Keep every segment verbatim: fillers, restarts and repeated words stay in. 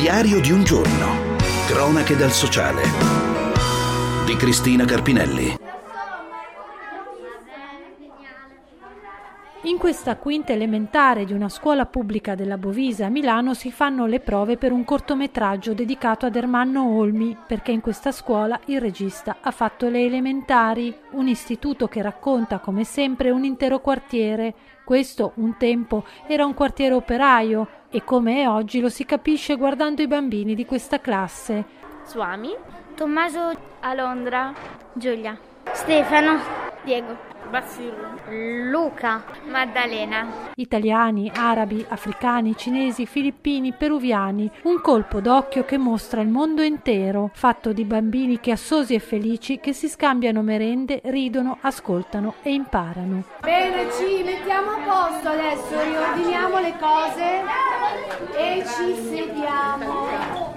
Diario di un giorno. Cronache dal sociale di Cristina Carpinelli. In questa quinta elementare di una scuola pubblica della Bovise a Milano si fanno le prove per un cortometraggio dedicato ad Ermanno Olmi, perché in questa scuola il regista ha fatto le elementari, un istituto che racconta come sempre un intero quartiere. Questo un tempo era un quartiere operaio e come è oggi lo si capisce guardando i bambini di questa classe. Suami, Tommaso, Alondra, Giulia, Stefano, Diego, Basilio, Luca, Maddalena. Italiani, arabi, africani, cinesi, filippini, peruviani. Un colpo d'occhio che mostra il mondo intero, fatto di bambini chiassosi e felici che si scambiano merende, ridono, ascoltano e imparano. Bene, ci mettiamo a posto adesso, riordiniamo le cose e ci sediamo.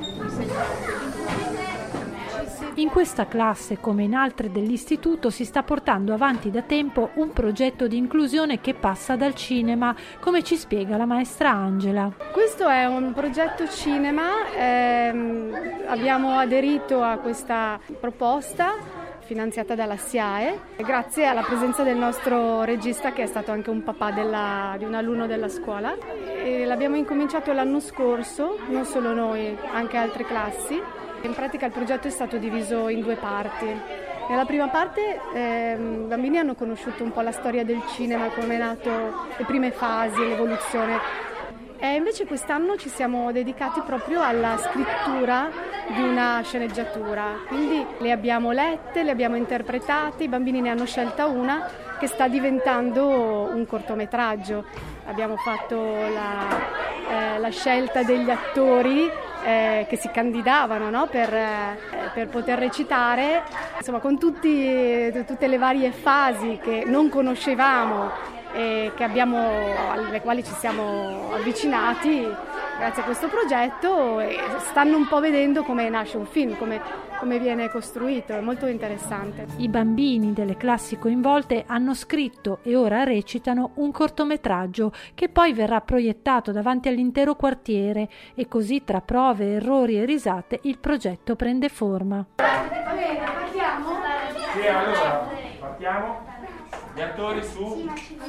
In questa classe, come in altre dell'istituto, si sta portando avanti da tempo un progetto di inclusione che passa dal cinema, come ci spiega la maestra Angela. Questo è un progetto cinema, ehm, abbiamo aderito a questa proposta finanziata dalla S I A E, grazie alla presenza del nostro regista che è stato anche un papà della, di un alunno della scuola. E l'abbiamo incominciato l'anno scorso, non solo noi, anche altre classi. In pratica il progetto è stato diviso in due parti. Nella prima parte ehm, i bambini hanno conosciuto un po' la storia del cinema, come è nato, le prime fasi, l'evoluzione. E invece quest'anno ci siamo dedicati proprio alla scrittura di una sceneggiatura. Quindi le abbiamo lette, le abbiamo interpretate, i bambini ne hanno scelta una che sta diventando un cortometraggio. Abbiamo fatto la, eh, la scelta degli attori eh, che si candidavano, no? per, eh, per poter recitare, insomma con tutti, tutte le varie fasi che non conoscevamo e che abbiamo, alle quali ci siamo avvicinati grazie a questo progetto, e stanno un po' vedendo come nasce un film, come, come viene costruito, è molto interessante. I bambini delle classi coinvolte hanno scritto e ora recitano un cortometraggio che poi verrà proiettato davanti all'intero quartiere e così tra prove, errori e risate il progetto prende forma. Va bene, partiamo? Sì, allora, partiamo. Gli attori su.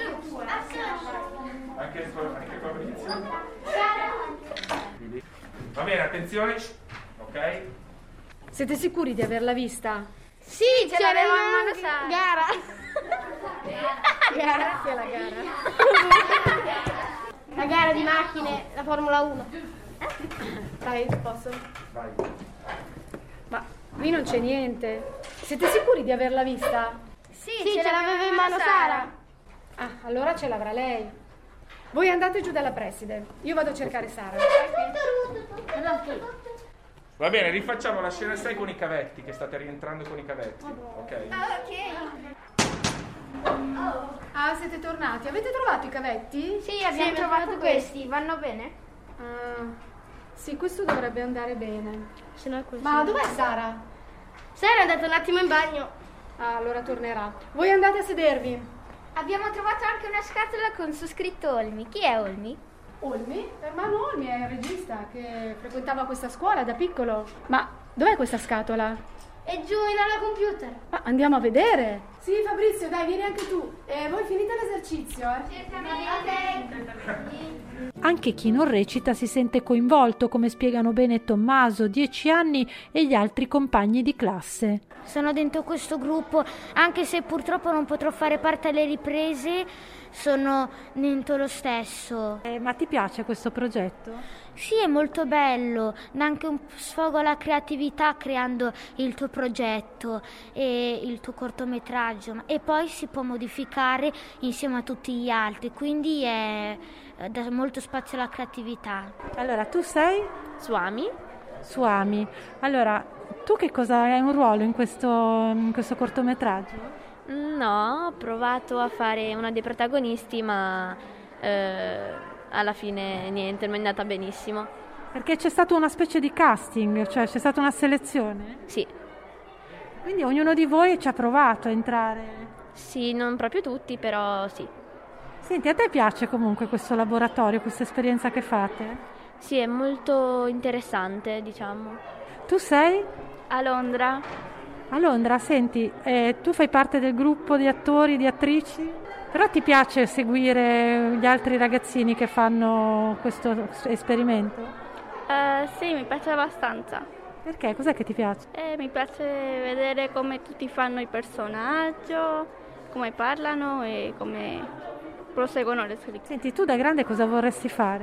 Anche con la posizione. Va bene, attenzione. Ok. Siete sicuri di averla vista? Sì, ce, ce l'avevamo in mano gara. Gara? Che è la gara? La gara di macchine, la Formula uno. Dai, posso? Vai. Ma qui non c'è niente. Siete sicuri di averla vista? Sì, sì, ce, ce l'aveva in mano Sara. Ah, allora ce l'avrà lei. Voi andate giù dalla preside, io vado a cercare Sara. Va bene, rifacciamo la scena sei con i cavetti, che state rientrando con i cavetti. Ok. Ah, siete tornati. Avete trovato i cavetti? Sì, abbiamo sì, trovato questi. Vanno bene? Ah, sì, questo dovrebbe andare bene. Se no è così. Ma dov'è Sara? Sara è andata un attimo in bagno. Ah, allora tornerà. Voi andate a sedervi. Abbiamo trovato anche una scatola con su scritto Olmi. Chi è Olmi? Olmi? Ermanno Olmi è il regista che frequentava questa scuola da piccolo. Ma dov'è questa scatola? È giù in aula computer. Ma andiamo a vedere. Sì, Fabrizio, dai, vieni anche tu. E voi finite l'esercizio, eh? Certamente. Anche chi non recita si sente coinvolto, come spiegano bene Tommaso, dieci anni, e gli altri compagni di classe. Sono dentro questo gruppo, anche se purtroppo non potrò fare parte alle riprese, sono dentro lo stesso. Eh, ma ti piace questo progetto? Sì, è molto bello, dà anche un sfogo alla creatività creando il tuo progetto e il tuo cortometraggio, e poi si può modificare insieme a tutti gli altri, quindi è, dà molto spazio alla creatività. Allora, tu sei? Suami. Suami. Allora, tu che cosa hai un ruolo in questo, in questo cortometraggio? No, ho provato a fare uno dei protagonisti, ma eh, alla fine niente, non è andata benissimo. Perché c'è stato una specie di casting, cioè c'è stata una selezione? Sì. Quindi ognuno di voi ci ha provato a entrare? Sì, non proprio tutti, però sì. Senti, a te piace comunque questo laboratorio, questa esperienza che fate? Sì, è molto interessante, diciamo. Tu sei? A Londra. A Londra, senti, eh, tu fai parte del gruppo di attori, di attrici? Però ti piace seguire gli altri ragazzini che fanno questo esperimento? Uh, sì, mi piace abbastanza. Perché? Cos'è che ti piace? Eh, mi piace vedere come tutti fanno il personaggio, come parlano e come proseguono le scritte. Senti, tu da grande cosa vorresti fare?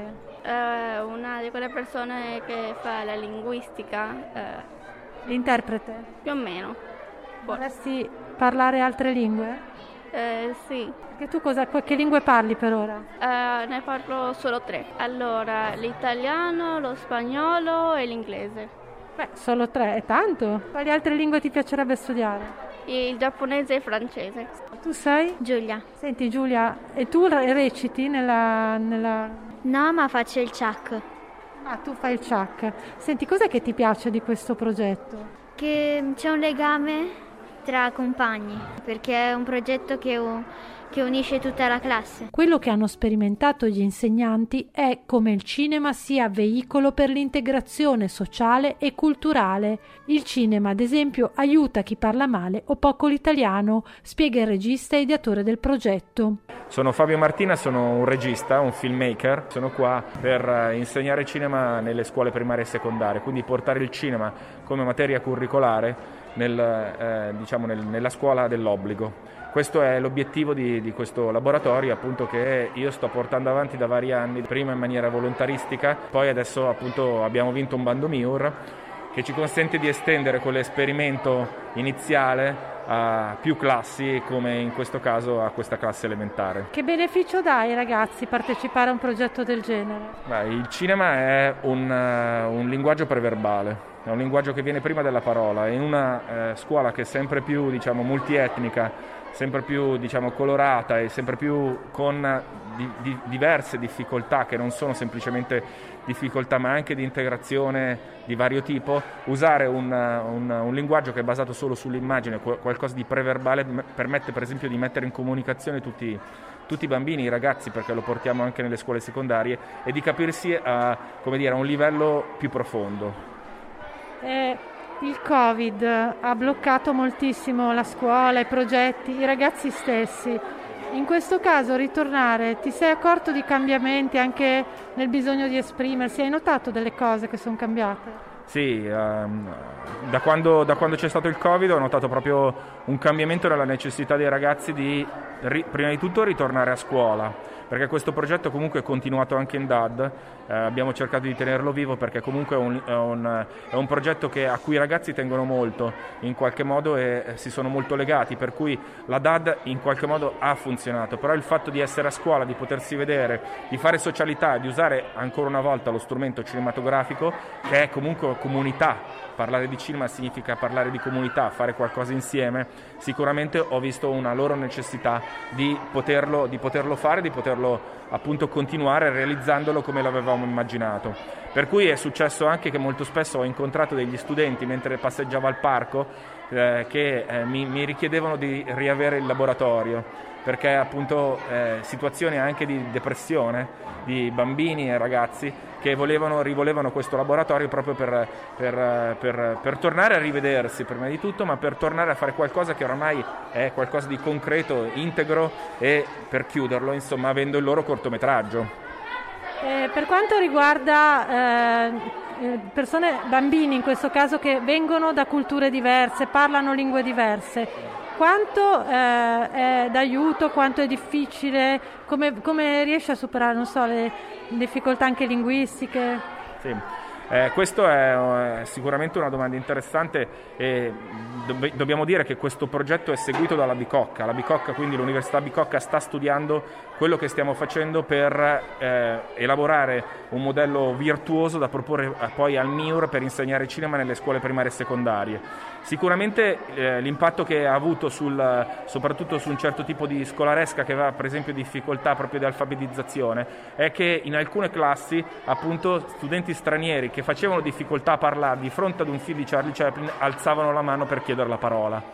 Uh, una di quelle persone che fa la linguistica. Uh, L'interprete? Più o meno. Vorresti parlare altre lingue? Eh, sì. Perché tu cosa, che lingue parli per ora? Uh, ne parlo solo tre. Allora, l'italiano, lo spagnolo e l'inglese. Beh, solo tre, è tanto. Quali altre lingue ti piacerebbe studiare? Il giapponese e il francese. Tu sei? Giulia. Senti Giulia, e tu reciti nella... nella... No, ma faccio il ciak. Ah, tu fai il ciak. Senti, cos'è che ti piace di questo progetto? Che c'è un legame tra compagni, perché è un progetto che, che unisce tutta la classe. Quello che hanno sperimentato gli insegnanti è come il cinema sia veicolo per l'integrazione sociale e culturale. Il cinema, ad esempio, aiuta chi parla male o poco l'italiano, spiega il regista e ideatore del progetto. Sono Fabio Martina, sono un regista, un filmmaker. Sono qua per insegnare cinema nelle scuole primarie e secondarie, quindi portare il cinema come materia curricolare nel, eh, diciamo nel, nella scuola dell'obbligo. Questo è l'obiettivo di, di questo laboratorio, appunto, che io sto portando avanti da vari anni, prima in maniera volontaristica, poi adesso appunto abbiamo vinto un bando M I U R che ci consente di estendere quell'esperimento iniziale a più classi, come in questo caso a questa classe elementare. Che beneficio dà ai ragazzi partecipare a un progetto del genere? Beh, il cinema è un, uh, un linguaggio preverbale, è un linguaggio che viene prima della parola. In una eh, scuola che è sempre più, diciamo, multietnica, sempre più, diciamo, colorata e sempre più con di, di, diverse difficoltà, che non sono semplicemente difficoltà ma anche di integrazione di vario tipo, usare un, un, un linguaggio che è basato solo sull'immagine, qualcosa di preverbale, permette per esempio di mettere in comunicazione tutti, tutti i bambini, i ragazzi, perché lo portiamo anche nelle scuole secondarie, e di capirsi a, come dire, a un livello più profondo. Eh, il Covid ha bloccato moltissimo la scuola, i progetti, i ragazzi stessi. In questo caso ritornare, ti sei accorto di cambiamenti anche nel bisogno di esprimersi? Hai notato delle cose che sono cambiate? Sì, um, da, quando, da quando c'è stato il Covid ho notato proprio un cambiamento nella necessità dei ragazzi di, ri, prima di tutto, ritornare a scuola, perché questo progetto comunque è continuato anche in D A D, eh, abbiamo cercato di tenerlo vivo perché comunque è un, è, un, è un progetto che, a cui i ragazzi tengono molto in qualche modo e si sono molto legati, per cui la D A D in qualche modo ha funzionato, però il fatto di essere a scuola, di potersi vedere, di fare socialità, di usare ancora una volta lo strumento cinematografico, che è comunque comunità. Parlare di cinema significa parlare di comunità, fare qualcosa insieme. Sicuramente ho visto una loro necessità di poterlo, di poterlo fare, di poterlo appunto continuare realizzandolo come l'avevamo immaginato. Per cui è successo anche che molto spesso ho incontrato degli studenti mentre passeggiavo al parco eh, che eh, mi, mi richiedevano di riavere il laboratorio, perché appunto eh, situazioni anche di depressione di bambini e ragazzi che volevano, rivolevano questo laboratorio proprio per, per, per, per tornare a rivedersi prima di tutto, ma per tornare a fare qualcosa che oramai è qualcosa di concreto, integro, e per chiuderlo, insomma, avendo il loro cortometraggio. Eh, per quanto riguarda eh, persone, bambini in questo caso, che vengono da culture diverse, parlano lingue diverse, quanto eh, è d'aiuto, quanto è difficile, come, come riesci a superare, non so, le difficoltà anche linguistiche? Sì. Eh, questo è eh, sicuramente una domanda interessante, e dobb- dobbiamo dire che questo progetto è seguito dalla Bicocca. La Bicocca, quindi l'Università Bicocca, sta studiando quello che stiamo facendo per eh, elaborare un modello virtuoso da proporre eh, poi al M I U R per insegnare cinema nelle scuole primarie e secondarie. Sicuramente eh, l'impatto che ha avuto sul, soprattutto su un certo tipo di scolaresca che aveva per esempio difficoltà proprio di alfabetizzazione, è che in alcune classi appunto studenti stranieri che facevano difficoltà a parlare di fronte ad un film di Charlie Chaplin alzavano la mano per chiedere la parola.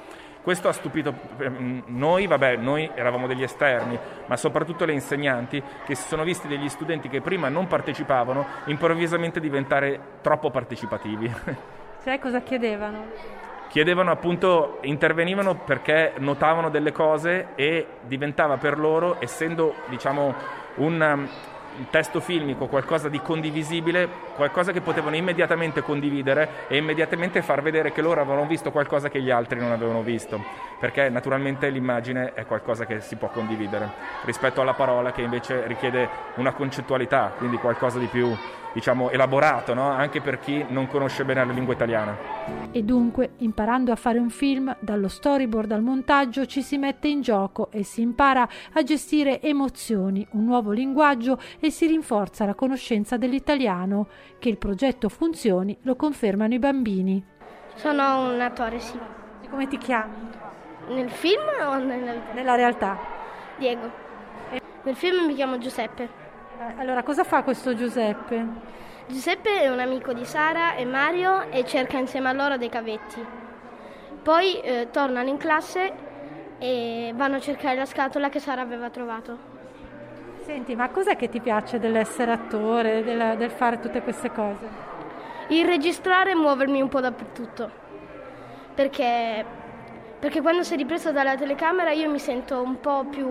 Questo ha stupito noi, vabbè, noi eravamo degli esterni, ma soprattutto le insegnanti, che si sono visti degli studenti che prima non partecipavano improvvisamente diventare troppo partecipativi. Cioè, cosa chiedevano? Chiedevano appunto, intervenivano perché notavano delle cose e diventava per loro, essendo diciamo un un testo filmico, qualcosa di condivisibile, qualcosa che potevano immediatamente condividere e immediatamente far vedere che loro avevano visto qualcosa che gli altri non avevano visto, perché naturalmente l'immagine è qualcosa che si può condividere rispetto alla parola, che invece richiede una concettualità, quindi qualcosa di più, diciamo, elaborato, no? Anche per chi non conosce bene la lingua italiana. E dunque, imparando a fare un film, dallo storyboard al montaggio ci si mette in gioco e si impara a gestire emozioni, un nuovo linguaggio, e si rinforza la conoscenza dell'italiano. Che il progetto funzioni lo confermano i bambini. Sono un attore, sì. E come ti chiami? Nel film o nella vita? Nella realtà. Diego. E... Nel film mi chiamo Giuseppe. Eh, allora, cosa fa questo Giuseppe? Giuseppe è un amico di Sara e Mario e cerca insieme a loro dei cavetti. Poi eh, tornano in classe e vanno a cercare la scatola che Sara aveva trovato. Senti, ma cos'è che ti piace dell'essere attore, del, del fare tutte queste cose? Il registrare e muovermi un po' dappertutto, perché, perché quando sei ripreso dalla telecamera io mi sento un po' più,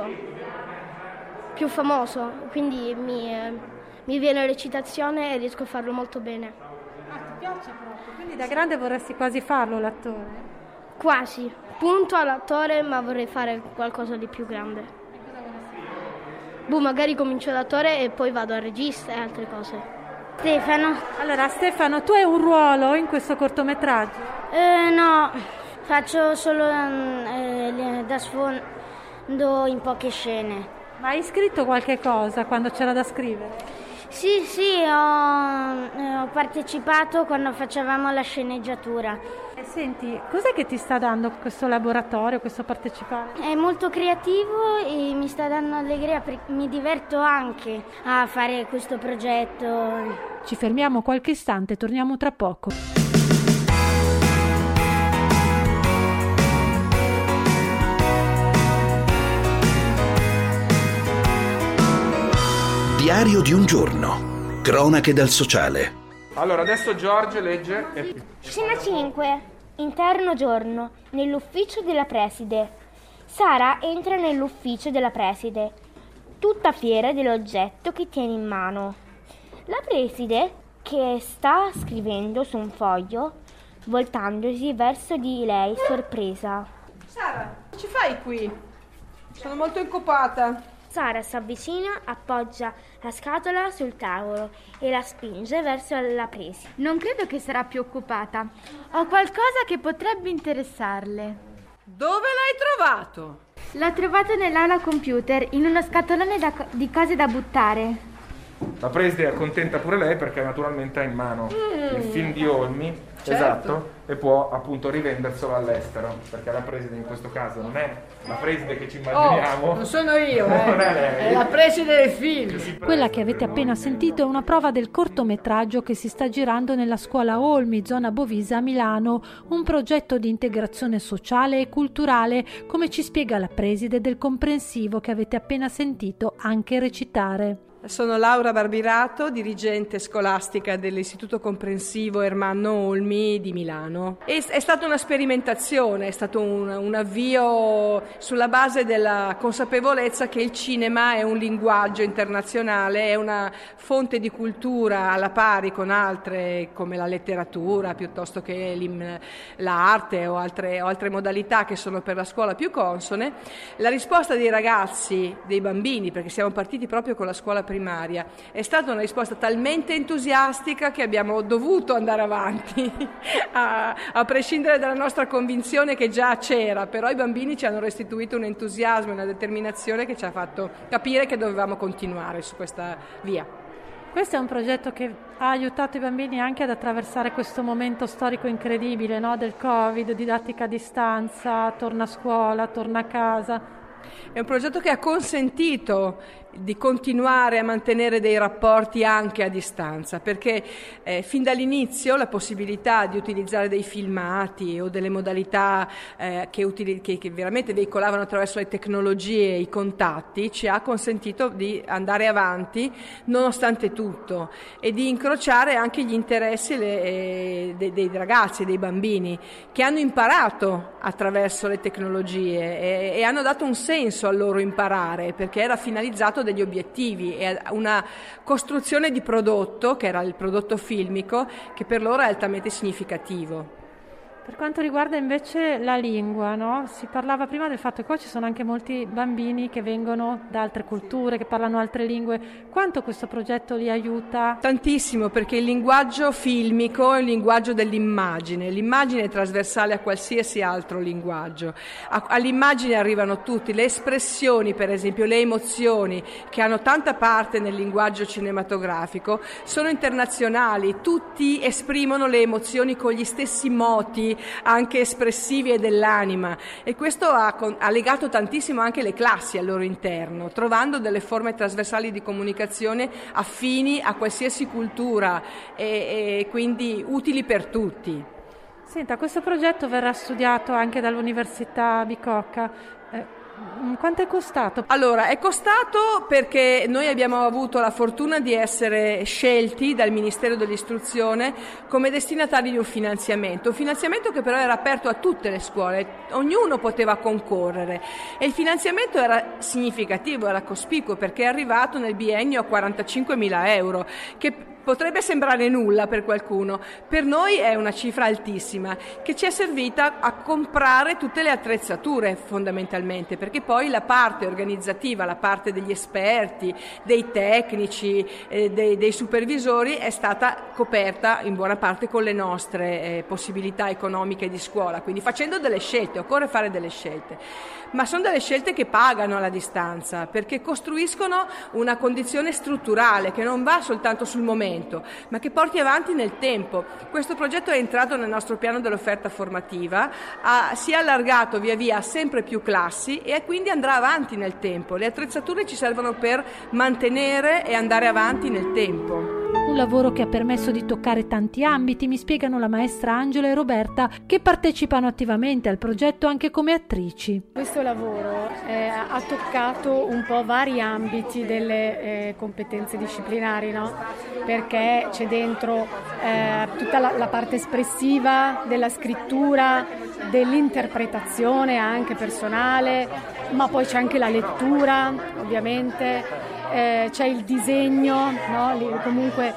più famoso, quindi mi, eh, mi viene l'eccitazione e riesco a farlo molto bene. Ah, ti piace proprio? Quindi da grande vorresti quasi farlo l'attore? Quasi, punto all'attore, ma vorrei fare qualcosa di più grande. Boh, magari comincio da attore e poi vado a regista e altre cose. Stefano. Allora, Stefano, tu hai un ruolo in questo cortometraggio? Eh, no, faccio solo eh, da sfondo in poche scene. Ma hai scritto qualche cosa quando c'era da scrivere? Sì, sì, ho, eh, ho partecipato quando facevamo la sceneggiatura. E senti, cos'è che ti sta dando questo laboratorio, questo partecipare? È molto creativo e mi sta dando allegria, perché mi diverto anche a fare questo progetto. Ci fermiamo qualche istante e torniamo tra poco. Diario di un giorno. Cronache dal sociale. Allora, adesso Giorgio legge. E... Scena cinque. Interno giorno. Nell'ufficio della preside. Sara entra nell'ufficio della preside, tutta fiera dell'oggetto che tiene in mano. La preside, che sta scrivendo su un foglio, voltandosi verso di lei sorpresa. Sara, che ci fai qui? Sono molto occupata. Sara si avvicina, appoggia la scatola sul tavolo e la spinge verso la preside. Non credo che sarà più occupata. Ho qualcosa che potrebbe interessarle. Dove l'hai trovato? L'ho trovato nell'aula computer, in uno scatolone da, di cose da buttare. La preside è contenta pure lei perché naturalmente ha in mano mm. il film di Olmi, certo. Esatto, e può appunto rivenderselo all'estero, perché la preside in questo caso non è la preside che ci immaginiamo. Oh, non sono io, eh. Non è lei. È la preside del film. Quella che avete appena sentito è una prova del cortometraggio che si sta girando nella scuola Olmi, zona Bovisa a Milano, un progetto di integrazione sociale e culturale, come ci spiega la preside del comprensivo che avete appena sentito anche recitare. Sono Laura Barbirato, dirigente scolastica dell'Istituto Comprensivo Ermanno Olmi di Milano. E è stata una sperimentazione, è stato un, un avvio sulla base della consapevolezza che il cinema è un linguaggio internazionale, è una fonte di cultura alla pari con altre come la letteratura piuttosto che l'arte o altre, o altre modalità che sono per la scuola più consone. La risposta dei ragazzi, dei bambini, perché siamo partiti proprio con la scuola primaria, è stata una risposta talmente entusiastica che abbiamo dovuto andare avanti a, a prescindere dalla nostra convinzione che già c'era, però i bambini ci hanno restituito un entusiasmo e una determinazione che ci ha fatto capire che dovevamo continuare su questa via. Questo è un progetto che ha aiutato i bambini anche ad attraversare questo momento storico incredibile, no? Del Covid, didattica a distanza, torna a scuola, torna a casa. È un progetto che ha consentito di continuare a mantenere dei rapporti anche a distanza, perché eh, fin dall'inizio la possibilità di utilizzare dei filmati o delle modalità eh, che, utili- che, che veramente veicolavano attraverso le tecnologie e i contatti ci ha consentito di andare avanti nonostante tutto e di incrociare anche gli interessi le, eh, dei, dei ragazzi, dei bambini che hanno imparato attraverso le tecnologie e, e hanno dato un senso al loro imparare, perché era finalizzato degli obiettivi e una costruzione di prodotto, che era il prodotto filmico, che per loro è altamente significativo. Per quanto riguarda invece la lingua, no? Si parlava prima del fatto che qua ci sono anche molti bambini che vengono da altre culture, che parlano altre lingue. Quanto questo progetto li aiuta? Tantissimo, perché il linguaggio filmico è il linguaggio dell'immagine. L'immagine è trasversale a qualsiasi altro linguaggio. A, all'immagine arrivano tutti, le espressioni, per esempio, le emozioni, che hanno tanta parte nel linguaggio cinematografico, sono internazionali. Tutti esprimono le emozioni con gli stessi moti, anche espressivi e dell'anima, e questo ha, ha legato tantissimo anche le classi al loro interno, trovando delle forme trasversali di comunicazione affini a qualsiasi cultura e, e quindi utili per tutti. Senta, questo progetto verrà studiato anche dall'Università Bicocca. Eh, Quanto è costato? Allora, è costato perché noi abbiamo avuto la fortuna di essere scelti dal Ministero dell'Istruzione come destinatari di un finanziamento, un finanziamento che però era aperto a tutte le scuole, ognuno poteva concorrere e il finanziamento era significativo, era cospicuo, perché è arrivato nel biennio a quarantacinquemila euro, che potrebbe sembrare nulla per qualcuno, per noi è una cifra altissima che ci è servita a comprare tutte le attrezzature fondamentalmente, perché poi la parte organizzativa, la parte degli esperti, dei tecnici, eh, dei, dei supervisori è stata coperta in buona parte con le nostre eh, possibilità economiche di scuola, quindi facendo delle scelte, occorre fare delle scelte, ma sono delle scelte che pagano alla distanza, perché costruiscono una condizione strutturale che non va soltanto sul momento, ma che porti avanti nel tempo. Questo progetto è entrato nel nostro piano dell'offerta formativa, ha, si è allargato via via a sempre più classi e quindi andrà avanti nel tempo. Le attrezzature ci servono per mantenere e andare avanti nel tempo. Un lavoro che ha permesso di toccare tanti ambiti, mi spiegano la maestra Angela e Roberta, che partecipano attivamente al progetto anche come attrici. Questo lavoro eh, ha toccato un po' vari ambiti delle eh, competenze disciplinari, no? Perché c'è dentro eh, tutta la, la parte espressiva della scrittura, dell'interpretazione anche personale, ma poi c'è anche la lettura, ovviamente. Eh, c'è il disegno, no? Comunque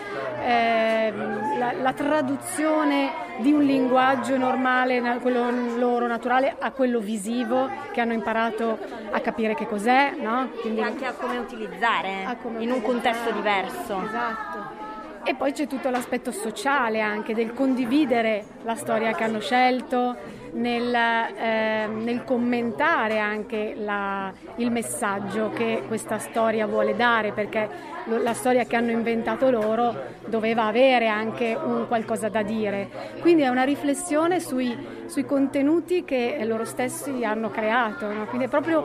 eh, la, la traduzione di un linguaggio normale, quello loro naturale, a quello visivo, che hanno imparato a capire che cos'è, no? Quindi anche a come utilizzare a come in utilizzare. Un contesto diverso. Esatto. E poi c'è tutto l'aspetto sociale anche, del condividere la storia che hanno scelto, nel, eh, nel commentare anche la, il messaggio che questa storia vuole dare, perché lo, la storia che hanno inventato loro doveva avere anche un qualcosa da dire. Quindi è una riflessione sui, sui contenuti che loro stessi hanno creato, no? Quindi è proprio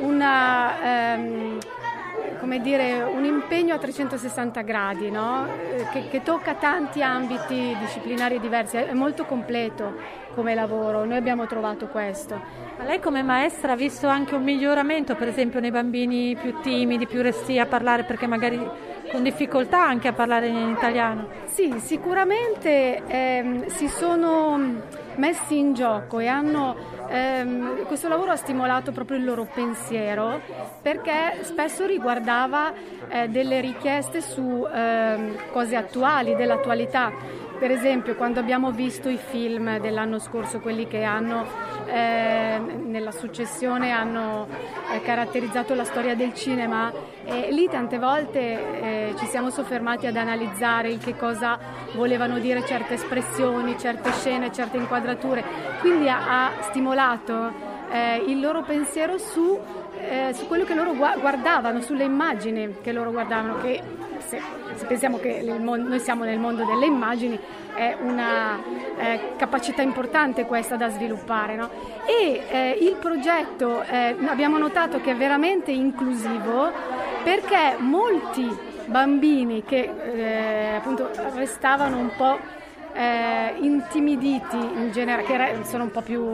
una... Ehm, come dire, un impegno a trecentosessanta gradi, no? che, che tocca tanti ambiti disciplinari diversi, è molto completo come lavoro, noi abbiamo trovato questo. Ma lei come maestra ha visto anche un miglioramento, per esempio nei bambini più timidi, più restii a parlare, perché magari con difficoltà anche a parlare in italiano? Sì, sicuramente ehm, si sono messi in gioco e hanno ehm, questo lavoro ha stimolato proprio il loro pensiero, perché spesso riguardava eh, delle richieste su ehm, cose attuali, dell'attualità. Per esempio, quando abbiamo visto i film dell'anno scorso, quelli che hanno eh, nella successione hanno eh, caratterizzato la storia del cinema, e lì tante volte eh, ci siamo soffermati ad analizzare il che cosa volevano dire certe espressioni, certe scene, certe inquadrature. Quindi ha, ha stimolato eh, il loro pensiero su, eh, su quello che loro guardavano, sulle immagini che loro guardavano, che se, se pensiamo che il mondo, noi siamo nel mondo delle immagini, è una eh, capacità importante questa da sviluppare, no? E eh, il progetto eh, abbiamo notato che è veramente inclusivo, perché molti bambini che eh, appunto restavano un po' eh, intimiditi in genere, che sono un po' più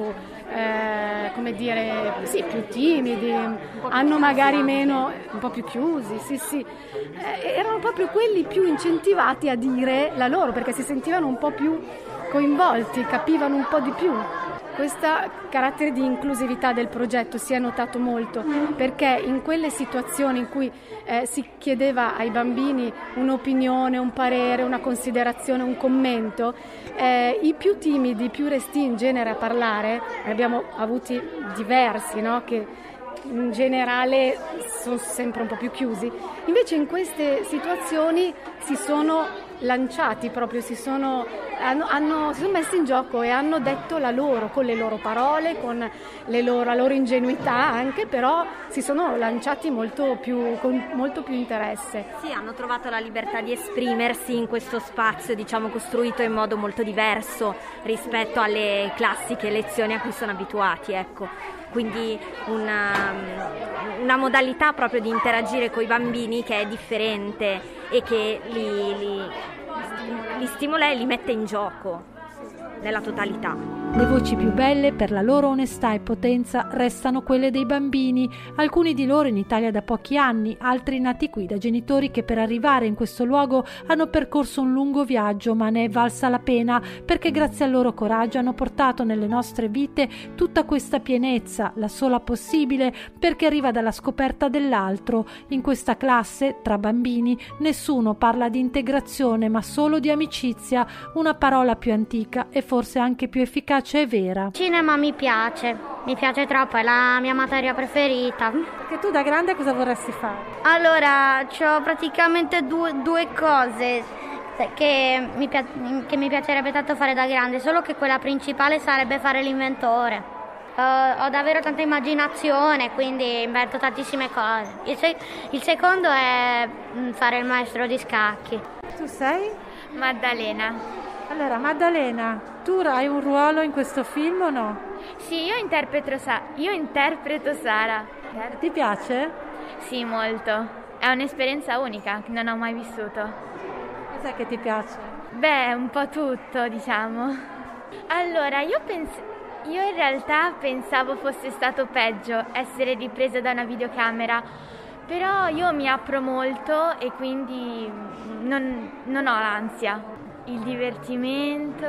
eh, come dire, sì, più timidi, hanno magari meno, un po' più chiusi, sì sì, eh, erano proprio quelli più incentivati a dire la loro, perché si sentivano un po' più coinvolti, capivano un po' di più. Questo carattere di inclusività del progetto si è notato molto, perché in quelle situazioni in cui eh, si chiedeva ai bambini un'opinione, un parere, una considerazione, un commento, eh, i più timidi, i più restii in genere a parlare, abbiamo avuti diversi, no? Che in generale sono sempre un po' più chiusi, invece in queste situazioni si sono lanciati proprio, si sono, hanno, hanno, si sono messi in gioco e hanno detto la loro, con le loro parole, con le loro, la loro ingenuità anche, però si sono lanciati molto più, con molto più interesse. Sì, hanno trovato la libertà di esprimersi in questo spazio, diciamo, costruito in modo molto diverso rispetto alle classiche lezioni a cui sono abituati, ecco. Quindi una, una modalità proprio di interagire con i bambini che è differente e che li, li, li stimola e li mette in gioco nella totalità. Le voci più belle per la loro onestà e potenza restano quelle dei bambini, alcuni di loro in Italia da pochi anni, altri nati qui da genitori che per arrivare in questo luogo hanno percorso un lungo viaggio, ma ne è valsa la pena, perché grazie al loro coraggio hanno portato nelle nostre vite tutta questa pienezza, la sola possibile, perché arriva dalla scoperta dell'altro. In questa classe, tra bambini, nessuno parla di integrazione, ma solo di amicizia, una parola più antica e forse anche più efficace e vera. Cinema mi piace, mi piace troppo, è la mia materia preferita. Perché tu da grande cosa vorresti fare? Allora, ho praticamente due, due cose che mi, pia- che mi piacerebbe tanto fare da grande, solo che quella principale sarebbe fare l'inventore. Uh, ho davvero tanta immaginazione, quindi invento tantissime cose. Il, se- il secondo è fare il maestro di scacchi. Tu sei? Maddalena. Allora, Maddalena, tu hai un ruolo in questo film o no? Sì, io interpreto, Sa- io interpreto Sara. Ti piace? Sì, molto. È un'esperienza unica che non ho mai vissuto. Cos'è che ti piace? Beh, un po' tutto, diciamo. Allora, io penso... Io in realtà pensavo fosse stato peggio essere ripresa da una videocamera, però io mi apro molto e quindi non, non ho l'ansia. Il divertimento,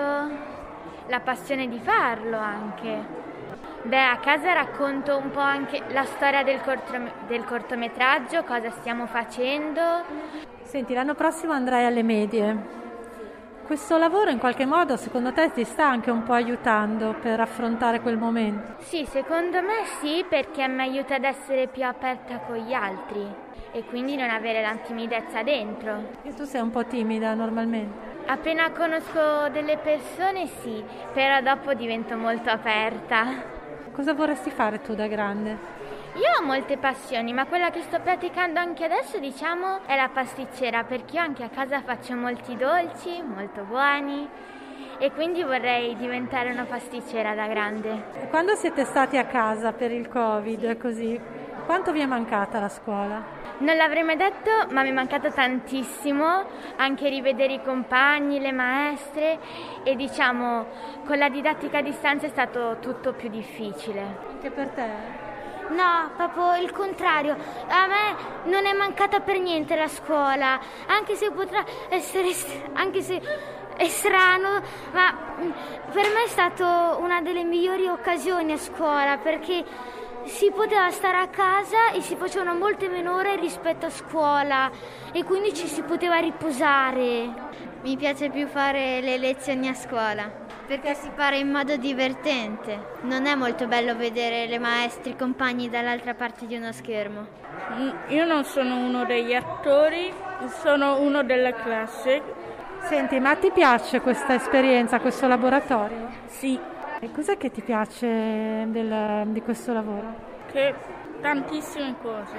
la passione di farlo anche. Beh, a casa racconto un po' anche la storia del, cortome- del cortometraggio, cosa stiamo facendo. Senti, l'anno prossimo andrai alle medie. Questo lavoro in qualche modo secondo te ti sta anche un po' aiutando per affrontare quel momento? Sì, secondo me sì, perché mi aiuta ad essere più aperta con gli altri e quindi non avere la timidezza dentro. E tu sei un po' timida normalmente? Appena conosco delle persone sì, però dopo divento molto aperta. Cosa vorresti fare tu da grande? Io ho molte passioni, ma quella che sto praticando anche adesso, diciamo, è la pasticcera, perché io anche a casa faccio molti dolci, molto buoni, e quindi vorrei diventare una pasticcera da grande. E quando siete stati a casa per il Covid, così, quanto vi è mancata la scuola? Non l'avrei mai detto, ma mi è mancato tantissimo, anche rivedere i compagni, le maestre, e diciamo, con la didattica a distanza è stato tutto più difficile. Anche per te? No, proprio il contrario. A me non è mancata per niente la scuola, anche se potrà essere, anche se è strano, ma per me è stata una delle migliori occasioni a scuola, perché si poteva stare a casa e si facevano molte meno ore rispetto a scuola e quindi ci si poteva riposare. Mi piace più fare le lezioni a scuola, perché si impara in modo divertente. Non è molto bello vedere le maestre, i compagni dall'altra parte di uno schermo. Io non sono uno degli attori, sono uno della classe. Senti, ma ti piace questa esperienza, questo laboratorio? Sì. E cos'è che ti piace del, di questo lavoro? Che tantissime cose,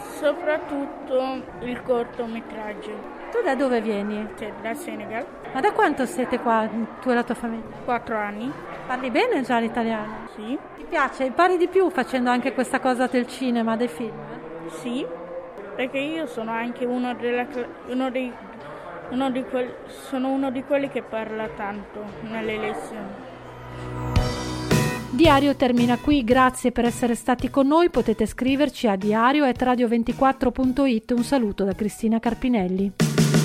soprattutto il cortometraggio. Tu da dove vieni? Cioè, da Senegal. Ma da quanto siete qua, tu e la tua famiglia? Quattro anni. Parli bene già l'italiano? Sì. Ti piace? Impari di più facendo anche questa cosa del cinema, dei film? Sì, perché io sono anche uno, della, uno, dei, uno, di quel, sono uno di quelli che parla tanto nelle lezioni. Diario termina qui, grazie per essere stati con noi, potete scriverci a diario chiocciola radio ventiquattro punto it. Un saluto da Cristina Carpinelli.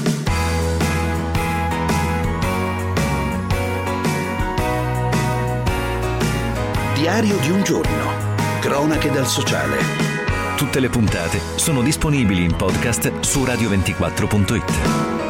Diario di un giorno, cronache dal sociale. Tutte le puntate sono disponibili in podcast su radio ventiquattro punto it.